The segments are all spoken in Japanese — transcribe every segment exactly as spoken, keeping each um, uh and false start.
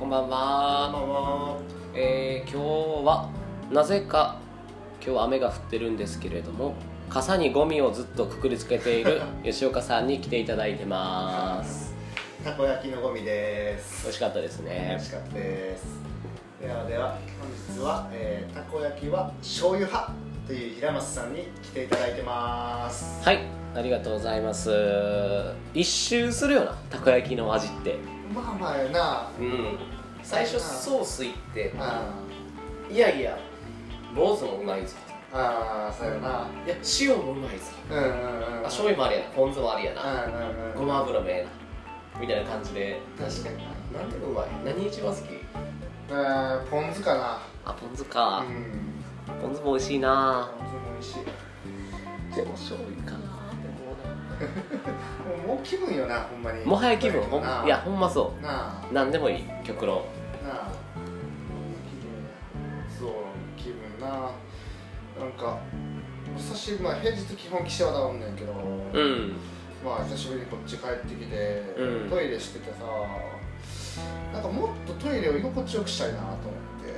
んばんは。 こんばんは。 えー、今日はなぜか今日は雨が降ってるんですけれども、傘にゴミをずっとくくりつけている吉岡さんに来ていただいてます。 たこ焼きのゴミです。 美味しかったですね。 美味しかったです。ではでは本日は、えー、たこ焼きは醤油派という平松さんに来ていただいてます。 はい、ありがとうございます。一周するよな、たこ焼きの味って。 まあまあやな。 うん。最初ソースいって、 あいやいや坊主もうまいぞ。 ああ、そうやな。 いや塩もうまいぞ。 うんうんうん。 あ、醤油もありやな、ポン酢もありやな。 うんうんうん。 ごま油もええな。みたいな感じで。 確かにな。なんでもうまい。何一番好き？ な。うん、ポン酢かな。 あ、ポン酢か。 うん。 ポン酢も美味しいな。 ポン酢も美味しい。 でも醤油かな。でももう気分よな、ほんまに。 もはや気分、ほんなあ。 いやほんまそなあ。 う。なんでもいい、極論。 なあ、そう気分な。なんか久しぶり、まあ平日基本岸和田おんねんけど、 うん。 まあ久しぶりにこっち帰ってきて、 うん、 トイレしててさ、なんかもっとトイレを居心地よくしたいなと思って、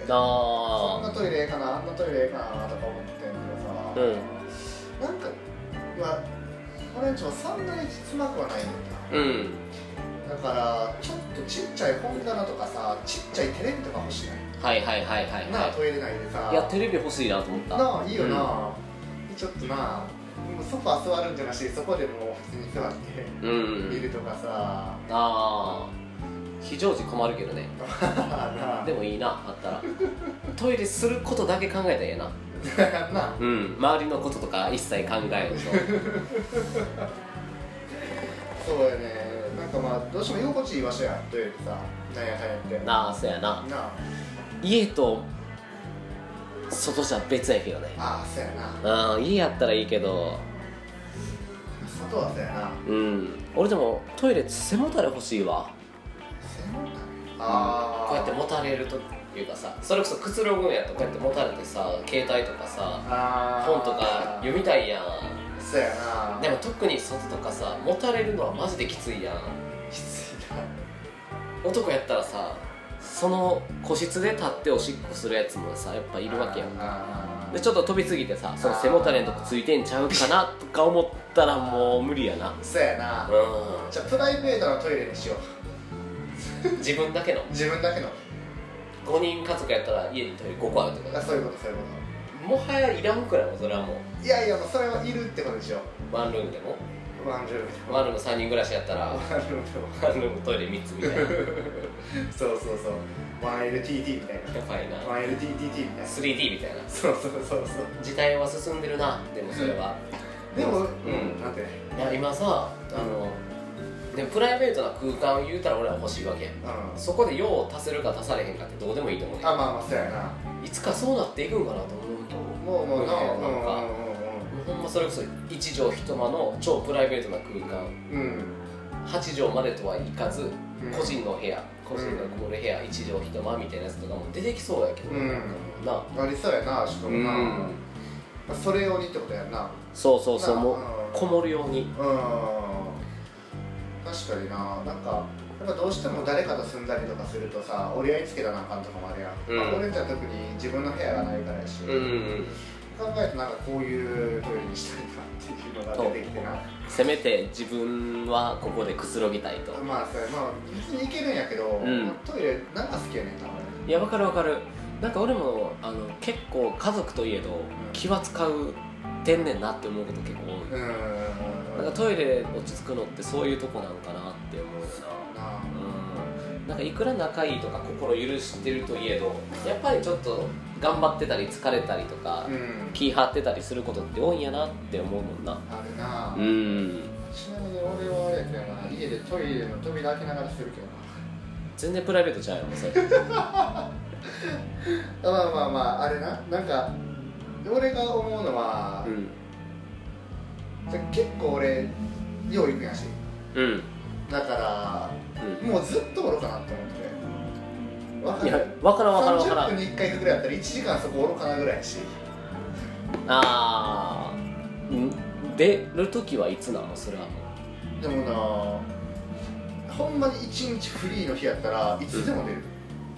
あそんなトイレええかな、あんなトイレええかなとか思ってんけどさ、 うん、 なんかまあ俺んちもそんなに狭くはないねんな。 うん。 だからちょっとちっちゃい本棚とかさ、ちっちゃいテレビとか欲しいね。 はいはいはいはい、 なあ、トイレ内でさ。 いやテレビ欲しいなと思った。 なあ、いいよな、うん、ちょっとな、もうソファー座るんじゃなし、そこでもう普通に座って、うん、見るとかさ。 ああ、非常時困るけどね。でもいいな、あったら。トイレすることだけ考えたらええな。 な、 うん、周りのこととか一切考えると。 そうやね。なんかまあどうしても居心地いい場所やん、トイレってさ、なんやかんやって。 なあ、そうやな。 なあ、 家と外じゃ別やけどね。 ああ、そうやな。 うん、家やったらいいけど、 外はそうやな。 うん、俺でもトイレ背もたれ欲しいわ。 背もたれ、ああ、 こうやって持たれるというかさ、それこそくつろぐんやとこうやって持たれてさ、携帯とかさ、本とか読みたいやん。 そうやな。 でも特に外とかさ、持たれるのはマジできついやん。 きついな。 男やったらさ、その個室で立っておしっこするやつもさ、やっぱいるわけやん。でちょっと飛びすぎてさ、その背もたれのとこついてんちゃうかなとか思ったらもう無理やな。 そうやな。 うん。 じゃあプライベートなトイレにしよう。自分だけの。 自分だけの。 ごにん家族やったら家にトイレごこあるってこと。 あ、そういうこと、そういうこもはやいらんくらいもそれはもう。 と。いやいや、もうそれはいるってことでしょ。 ワンルームでも。 ワンルームでも。 ワンルームさんにん暮らしやったら、 ワンルームでも。 ワンルームトイレみっつみたいな。 そうそうそう。ワンエルティーティー みたいな。 やばいな。 ワンエルティーティーティー みたいな。 スリーディー みたいな。 そうそうそうそう。 時代は進んでるな、でもそれは。 でも、 うん、 なんてね。 いや今さ、あの、でもプライベートな空間を言うたら俺は欲しいわけやん。 うん。 そこで用を足せるか足されへんかってどうでもいいと思うねん。 あ、まあまあ、そうやな。 いつかそうなっていくんかなと思うと。 もうもうな、 なんか、 うんもうほんまそれこそ一畳一間の超プライベートな空間、 うんうん。 はち畳までとはいかず、 うん、 個人の部屋、個人がこもる部屋、一畳一間みたいなやつとかも出てきそうやけど、 うん、 なありそうやな、しかもな、うん、それ用にってことやんな。 そうそうそう、もう、うん、こもるように。 うん、確かにな。なんかやっぱどうしても誰かと住んだりとかするとさ、折り合いつけたなあかんとかもあるやん、うん、まあ、俺んちは特に自分の部屋がないからやし、うん、考えるとなんかこういうトイレにしたいなっていうのが出てきてな。 せめて自分はここでくつろぎたいと。 まあそれ、まあ別に行けるんやけど、うん、トイレなんか好きやねんな。 いや、分かる分かる。なんか俺もあの結構家族といえど、うん、気は使うてんねんなって思うこと結構多い。うん、なんかトイレ落ち着くのってそういうとこなのかなって思うよな。うん、なんかいくら仲いいとか心許してるといえど、やっぱりちょっと頑張ってたり疲れたりとか、うん、気張ってたりすることって多いんやなって思うもんな。 あるな。 うん。 ちなみに俺はあれやけどな、家でトイレの扉開けながらするけどな。 全然プライベートちゃうよそれ。 まあまあまあ、あれな、なんか俺が思うのは、うん、結構俺よう行くんやし、うん、だから、うん、もうずっとおろうかなって思ってて。分かる？いや、 分からん分からん分からん。 さんじゅっぷんにいっかい行くぐらいやったらいちじかんそこおろうかなぐらいやし。 あー、出るときはいつなのそれは。 でもな、ほんまにいちにちフリーの日やったらいつでも出る。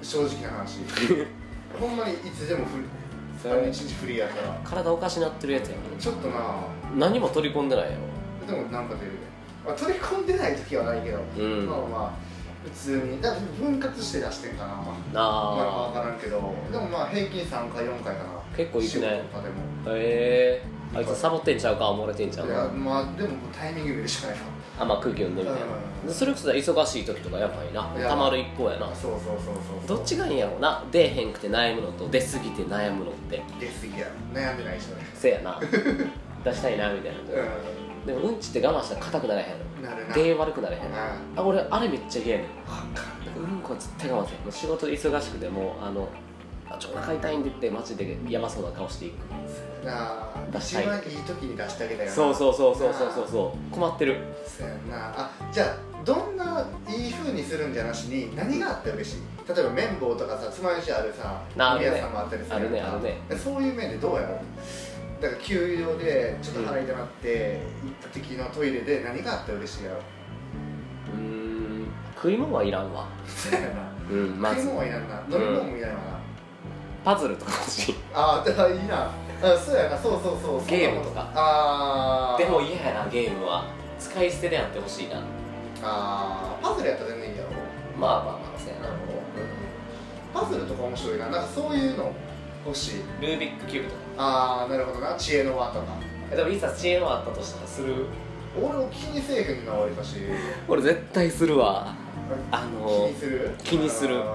正直な話ほんまにいつでもフリーいちにちフリーやったら体おかしなってるやつやん。 ちょっとな何も取り込んでないよ。 でもなんか出るね、まあ、取り込んでない時はないけど、うん、まあまあ普通にだから分割して出してんかな、まあ、あ分からんけどでもまあ平均さんかいよんかいかな。 結構いくね。 へえー、あいつサボってんちゃうか漏れてんちゃうか。 いやまあでもタイミング見るしかないか。 あ、まあ空気読んでみたいな、うん、それこそ忙しい時とかやばいな、たまる一方やな。 そうそうそうそう。 どっちがいいんやろうな、出えへんくて悩むのと出すぎて悩むのって。 出すぎやろ、悩んでない人ね。 せやな出したいなみたいな、うん、でもうんちって我慢したら硬くなれへんの。なるな。出悪くなれへん、うん、あ、俺あれめっちゃ嫌やねん。うんこは絶対我慢せん。もう仕事忙しくてもあのあちょっとお腹痛いんでってマジでやばそうな顔していく。 なあ、出したい。一番いい時に出してあげたよな。 そうそうそうそうそうそうそう。困ってる。 そうやなあ。じゃあどんないい風にするんじゃなしに何があって嬉しい。例えば綿棒とかさ、つまようじあるさ、飲み屋さんもあったりする。 あるねあるね。 そういう面でどうやろう。だから休養でちょっと腹痛なって、うん、行った時のトイレで何があって嬉しいやろ。 うーん、食い物はいらんわ。 そうやな。うん、まず食い物はいらんな。飲み物もいらんわな。 パズルとか欲しい。 ああ、だからいいな。あ、そうやな、そうそうそう。 ゲームとか。 ああ。 でも嫌やな、ゲームは。使い捨てであってほしいな。 ああ、パズルやったら全然いいやろ。 まあまあまあ、そうやな。 パズルとか面白いな。なんかそういうの欲しい。 ルービックキューブとか。 ああ、なるほどな。知恵の輪とか。 でもいざ知恵の輪あったとしたらする。 俺を気にせえへんのわりかし。 俺絶対するわ。あのー、気にする？ 気にする。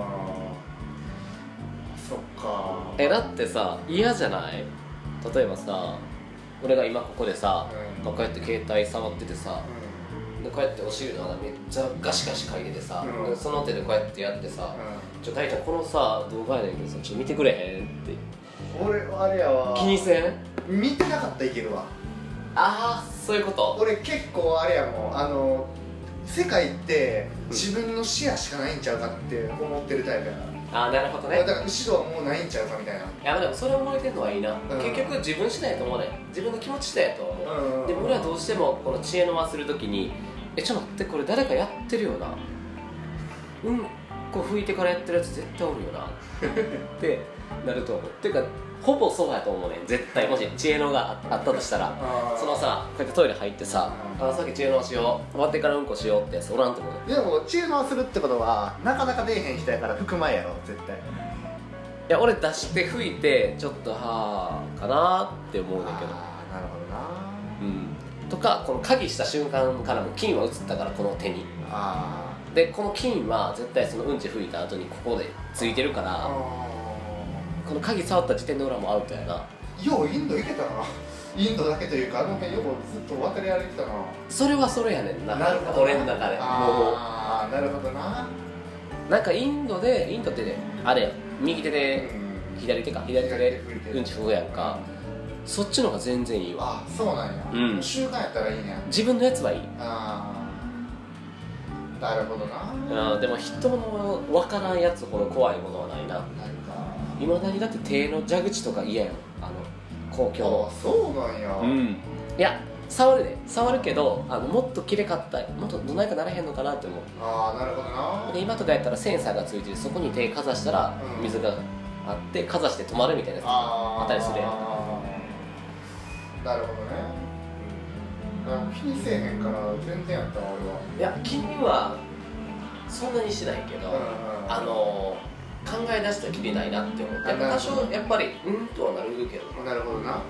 そっか。 え、だってさ、嫌じゃない？例えばさ、俺が今ここでさ、うん、こうやって携帯触っててさ、うん、でこうやってお尻の穴めっちゃガシガシ嗅いでてさ、うん、その手でこうやってやってさ、うん、ちょ、大ちゃんこのさ、動画やねんけどさ、ちょっと見てくれへんって。 俺、あれやわ。 気にせん？ 見てなかったらいけるわ。 ああ、そういうこと。 俺結構あれやもん、あの、世界って自分の視野しかないんちゃうかって思ってるタイプやな。 ああ、なるほどね。 だから後ろはもうないんちゃうかみたいな。いやでもそれ思えてるのはいいな、うん、結局自分次第と思うね。自分の気持ち次第やと思う、うんうん、でも俺はどうしてもこの知恵の輪するときにえ、ちょっと待って、これ誰かやってるよな、うんこう拭いてからやってるやつ絶対おるよなってなると思う。っていうかほぼそうやと思うねん、絶対。もし知恵のがあったとしたらそのさ、こうやってトイレ入ってさ、あさっき知恵の輪しよう、終わってからうんこしようってやつおらんと思う。 でも知恵の輪するってことはなかなか出えへん人やから拭く前やろ絶対。いや俺出して拭いてちょっとはーかなって思うんだけど。 ああ、なるほどな。 うんとか、この鍵した瞬間からも菌は移ったからこの手に。あでこの菌は絶対そのうんち拭いた後にここでついてるから、この鍵触った時点で俺はもうアウトやな。 ようインド行けたな。インドだけというかあの辺よくずっと渡り歩いてたな。 それはそれやねんな。 なるほど。 俺の中で。 ああ、なるほどな。 なんかインドでインドってね、あれや右手で、うん、左手か左手でうんち拭くやんか、うん、そっちの方が全然いいわ。 あ、そうなんや。うん、習慣やったらいいね。 自分のやつはいい。 ああ、なるほどな。 あ、でも人の分からんやつほど怖いものはないな。なんかいまだにだって手の蛇口とか嫌やん、あの公共の。 あ、そうなんや。 うん、いや触るで触るけど、あのもっときれかったもっとどないかならへんのかなって思う。 ああ、なるほどな。で今とかやったらセンサーがついてる、そこに手かざしたら水があってかざして止まるみたいなやつあったりするやん。 なるほどね。うん、気にせえへんから全然やったわ俺は。 いや気にはそんなにしないけど、うんうん、あの考え出したらきりないなって思って、やっぱ多少やっぱりうんとはなるけど。 なるほどな。うん、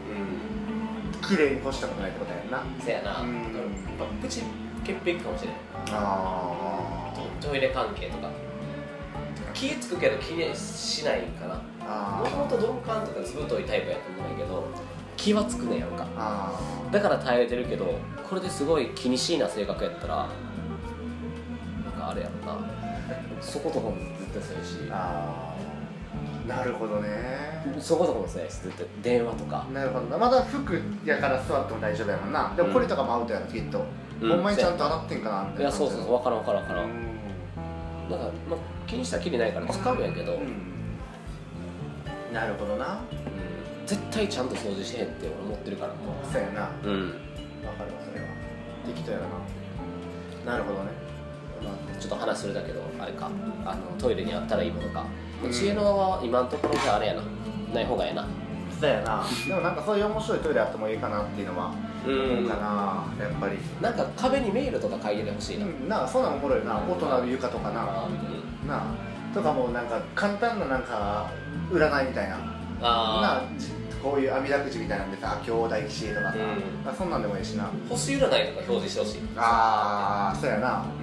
綺麗に干したことないってことやんな。 せやな。うん、プチ潔癖かもしれない。ああ。トイレ関係とか気ぃつくけど気にしないんかな。もともと鈍感とかずぶといタイプやと思うんやけど気はつくねやんか。あだから耐えれてるけど、これですごい気にしいな性格やったらなんかあれやろなそことかも絶対そうやし。ああ、なるほどね。 そことかもそうやし、絶対電話とか。 なるほどな。まだ服やから座っても大丈夫やもんな。でもこれとかもアウトやろきっと、うん、ほんまにちゃんと洗ってんかなみたいな。 いや、そうそうそう、分からん分からん分からん。だから、まあ、気にしたらきりないから使うんやけど、うん、 なるほどな、 うん、絶対ちゃんと掃除してへんって俺思ってるからもう。 そうやな。 うん、 分かるわそれは。適当やな。なるほどね。 ちょっと話するだけどあれかあのトイレにあったらいいものか、うん、知恵の輪は今のところじゃあれやなない方がええな。 そうやなでもなんかそういう面白いトイレあってもいいかなっていうのは思うかな、やっぱりなんか壁にメールとか書いててほしいな、うん、 なんかそんなんおもろいな、音鳴る床とかな、うん、なとかもなんか簡単ななんか占いみたいなあなこういう網だくじみたいなんでさ兄弟騎士とかさ、うん、そんなんでもいいしな星占いとか表示してほしい。 ああそうやな、うん、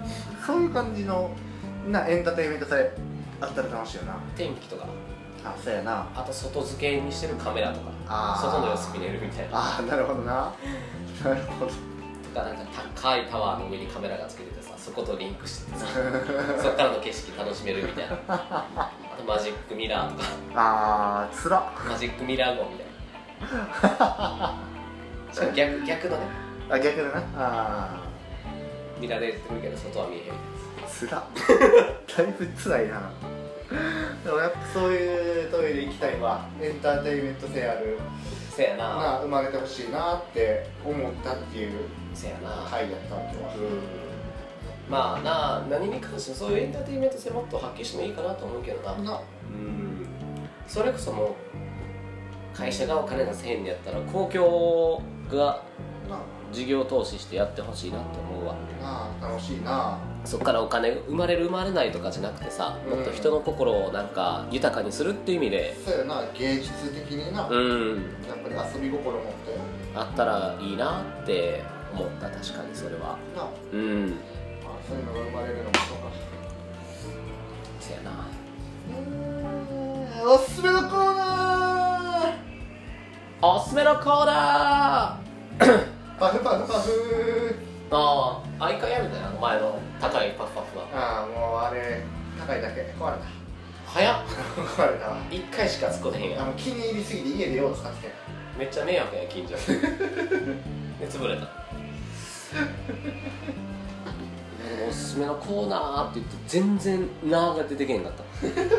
そういう感じのなエンターテインメント性あったら楽しいよな。 天気とかあそうやなあと外付けにしてるカメラとか外の様子見れるみたいな。 ああなるほどななるほど。 とかなんか高いタワーの上にカメラがつけててさそことリンクしててさそっからの景色楽しめるみたいなあとマジックミラーとかあーつらマジックミラー号みたいなしかも逆逆のねあ逆だなあ見られてるけど外は見えへんみたいなつらだいぶつらいなでもやっぱそういうトイレ行きたいわ。エンターテインメント性あるせやなな生まれてほしいなって思ったっていうせやな回やったわけは、 うん、まあな何に関してもそういうエンターテインメント性もっと発揮してもいいかなと思うけどな。なうんそれこそもう会社がお金出せへんのやったら公共が事業投資してやってほしいなって思うわ。 なあ楽しいな。 そっからお金生まれる生まれないとかじゃなくてさ、もっと人の心をなんか豊かにするっていう意味で、 そうやな芸術的にな、うん、やっぱり遊び心持ってあったらいいなって思った。確かにそれはなうんまあそういうのが生まれるのもそうか。 そうやな。 えー、おすすめのコーナーおすすめのコーナーパフパフパフああ、アイカヤみたいな前の高いパフパフは。 ああ、もうあれ高いだけ壊れた。 早っ壊れたわ。 一回しか使ってへんやん。 あの気に入りすぎて家でよう使っててめっちゃ迷惑やん近所で潰れたおすすめのコーナーって言って全然ナーが出てけへんかった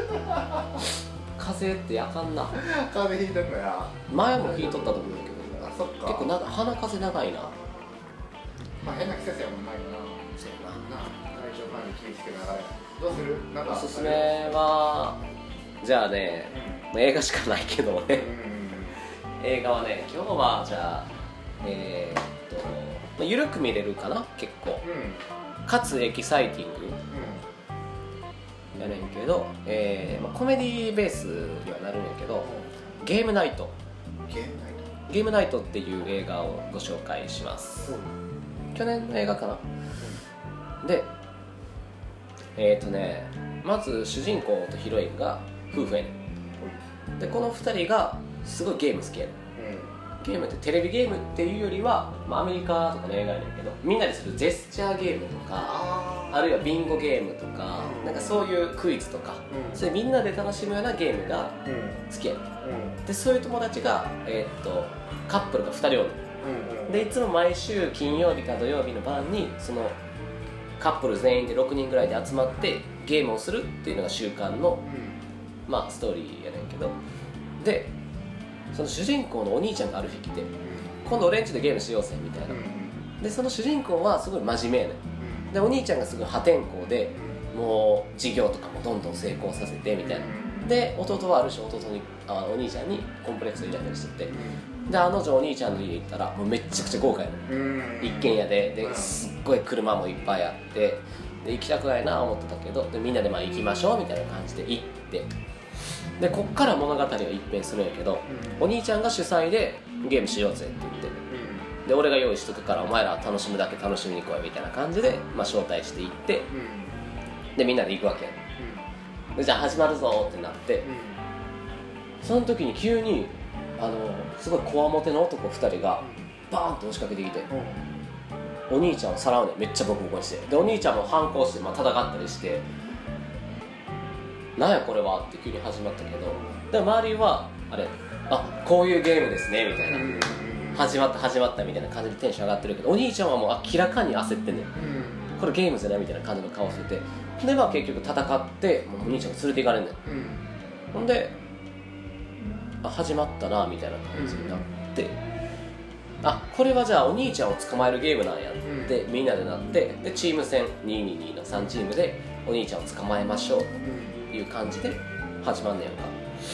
風邪ってやかんな。 風邪ひいとくや。 前もひいとったと思うんだけどそっか結構な鼻風長いな。 まあ変な季節やもんないよな。 そうやな。 体調管理気をつけながらどうする？なんかおすすめはじゃあね、うん、映画しかないけどね、うん、映画はね今日はじゃあえー、っと緩く見れるかな結構、うん、かつエキサイティング、うん、やねんけど、えーまあ、コメディベースにはなるんやけど、ゲームナイトゲームナイトゲームナイトっていう映画をご紹介します。去年の映画かな、うん、でえっ、ー、とねまず主人公とヒロインが夫婦やねん。でこのふたりがすごいゲーム好きやねん、うん、ゲームってテレビゲームっていうよりは、まあ、アメリカとかの映画やねんけどみんなでするジェスチャーゲームとか あ, あるいはビンゴゲームとか、うん、なんかそういうクイズとか、うん、それみんなで楽しむようなゲームが好きやねん、うん、でそういう友達が、えー、っとカップルがふたりおる、うんうん、でいつも毎週金曜日か土曜日の晩にそのカップル全員でろくにんぐらいで集まってゲームをするっていうのが習慣の、うん、まあストーリーやねんけど、でその主人公のお兄ちゃんがある日来て、うん、今度俺んちでゲームしようぜみたいな、うん、でその主人公はすごい真面目やねん、うん、でお兄ちゃんがすごい破天荒で、うん、もう事業とかもどんどん成功させてみたいな、うん、で弟はある種弟にあお兄ちゃんにコンプレックスを抱いたりしてて、うん、であの女お兄ちゃんの家行ったらもうめっちゃくちゃ豪華やね、うん、一軒家でですっごい車もいっぱいあってで行きたくないな思ってたけどでみんなでまあ行きましょうみたいな感じで行ってでこっから物語が一変するんやけど、うん、お兄ちゃんが主催でゲームしようぜって言って、うん、で俺が用意しとくからお前ら楽しむだけ楽しみに来いみたいな感じで、まあ、招待して行って、うん、でみんなで行くわけや、うん、でじゃあ始まるぞってなって、うん、その時に急にあのすごいこわもての男ふたりがバーンと押しかけてきて、うん、お兄ちゃんをさらうねめっちゃボコボコにしてでお兄ちゃんも反抗して、まあ、戦ったりしてなんやこれはって急に始まったけどで周りはあれあこういうゲームですねみたいな、うん、始まった始まったみたいな感じでテンション上がってるけどお兄ちゃんはもう明らかに焦ってんねん、うん、これゲームじゃないみたいな感じの顔しててでまあ結局戦ってもうお兄ちゃんが連れていかれんねん、うん、ほんであ始まったなみたいな感じになって、 あこれはじゃあお兄ちゃんを捕まえるゲームなんやって、うん、みんなでなってでチーム戦にーにーにーのさんチームでお兄ちゃんを捕まえましょうっていう感じで始まんねやんか。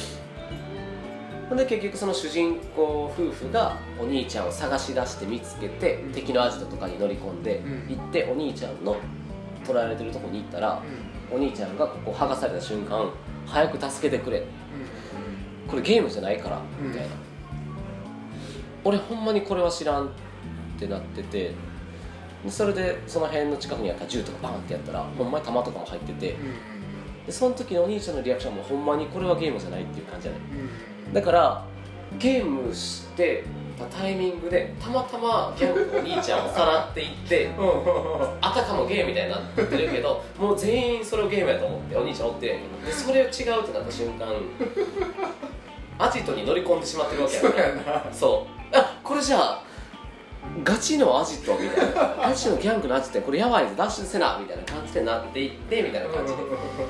で結局その主人公夫婦がお兄ちゃんを探し出して見つけて、うん、敵のアジトとかに乗り込んで、うん、行ってお兄ちゃんの捕らえられてるとこに行ったら、うん、お兄ちゃんがここ剥がされた瞬間早く助けてくれ、うん、これゲームじゃないからみたいな、うん、俺ほんまにこれは知らんってなってて、それでその辺の近くにあった銃とかバーンってやったらほんまに弾とかも入ってて、でその時のお兄ちゃんのリアクションもほんまにこれはゲームじゃないっていう感じじゃない、うん、だからゲームしてたタイミングでたまたまギャングのお兄ちゃんをさらっていってあたかもゲームみたいになってるけどもう全員それをゲームやと思ってお兄ちゃん追ってるんやけど、でそれを違うってなった瞬間アジトに乗り込んでしまってるわけやから、そうあこれじゃあガチのアジトみたいなガチのギャングのアジトこれやばいぞダッシュせなみたいな感じでなっていってみたいな感じ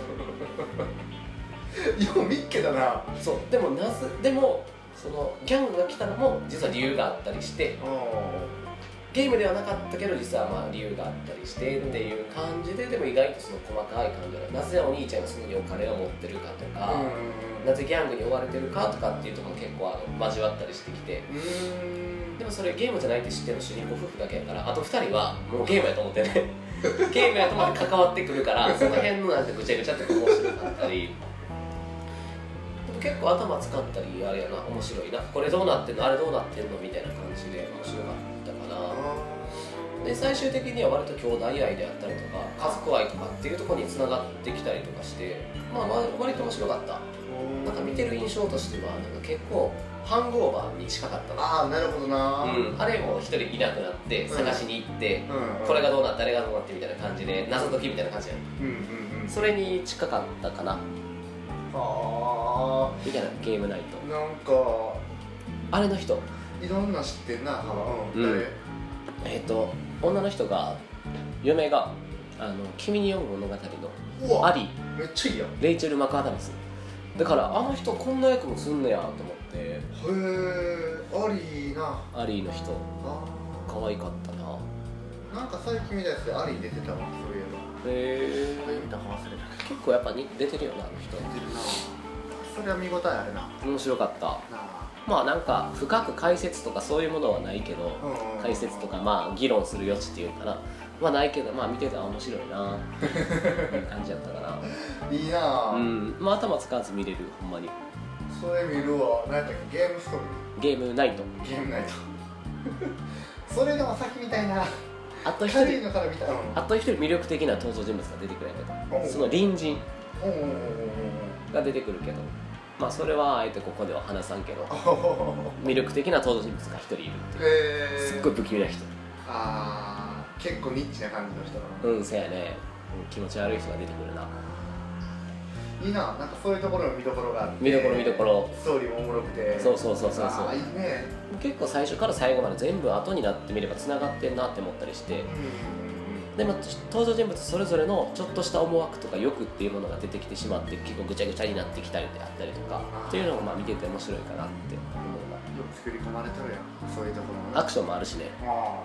でよう見っけだな。 そうでもなぜでもそのギャングが来たのも実は理由があったりしてゲームではなかったけど実はまあ理由があったりしてっていう感じで、でも意外とその細かい感じでなぜお兄ちゃんがそこにお金を持ってるかとか、なぜギャングに追われてるかとかっていうところも結構あの交わったりしてきて、でもそれゲームじゃないって知ってるの主人公夫婦だけやから、あとふたりはもうゲームやと思ってねゲームやと思って関わってくるからその辺のなんてぐちゃぐちゃって面白かったり結構頭使ったりあれやな面白いな、これどうなってんのあれどうなってんのみたいな感じで面白かったかな。で最終的には割と兄弟愛であったりとか家族愛とかっていうところに繋がってきたりとかして、まあ割と面白かった。なんか見てる印象としてはなんか結構ハングオーバーに近かったな。 ああなるほどな、 うん、あれも一人いなくなって探しに行って、うん、これがどうなってあれがどうなってみたいな感じで謎解きみたいな感じやん、うんうんうん、それに近かったかな。あみたいなゲームナイトなんかあれの人いろんな知ってんな、うん、誰、 えっ、ー、と女の人が嫁があの君に読む物語のアリーめっちゃいいやんレイチェル・マクアダムスだからあの人こんな役もすんねやと思ってへえアリーなアリーの人可愛かったな。なんか最近見たやつでアリー出てたわそういえば。へえ見たか忘れたけど結構やっぱに出てるよなあの人。 出てるな。それは見応えあるな。 面白かったな。まあなんか深く解説とかそういうものはないけど、解説とかまあ議論する余地っていうかなまあないけど、まあ見てて面白いなっていう感じやったかな。 いいな。 うん。まあ頭使わず見れるほんまに。 それ見るわ。何やったっけゲームストーリー。ゲームナイト。 ゲームナイト。それでも先みたいな。 あと一人あと一人魅力的な登場人物が出てくるんやけど、その隣人が出てくるけど、まあそれはあえてここでは話さんけど魅力的な登場人物が一人いるっていうすっごい不気味な人。 ああ結構ニッチな感じの人なの。うん、そうやね。気持ち悪い人が出てくるな。 いいな、なんかそういうところの見どころがあって見どころ見どころストーリーもおもろくてそうそうそうそうそう。 ああいいね。 結構最初から最後まで全部後になってみればつながってんなって思ったりして、でも登場人物それぞれのちょっとした思惑とか欲っていうものが出てきてしまって結構ぐちゃぐちゃになってきたりであったりとかっていうのがまあ見てて面白いかなって思うな。 よく作り込まれてるやんそういうところ、ね、 アクションもあるしね。 あ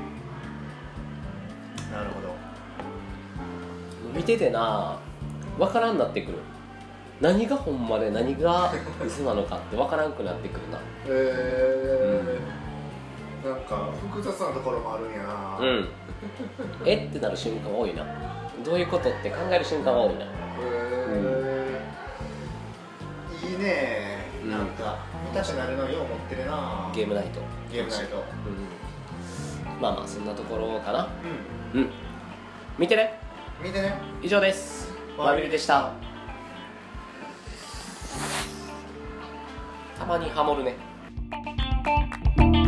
あなるほど。 見ててな分からんなってくる。何がほんまで何が嘘なのかって分からんくなってくるな。へえー、うん、なんか複雑なところもあるんやな。 うんえってなる瞬間多いな。どういうことって考える瞬間は多いな。へえー、うん、いいね。なんか見たくなるのよう持ってるな。 ゲームナイトゲームナイト、 うん、まあまあそんなところかな。うん、うん、見てね見てね。 以上です。ワビルでした。たまにハモるね。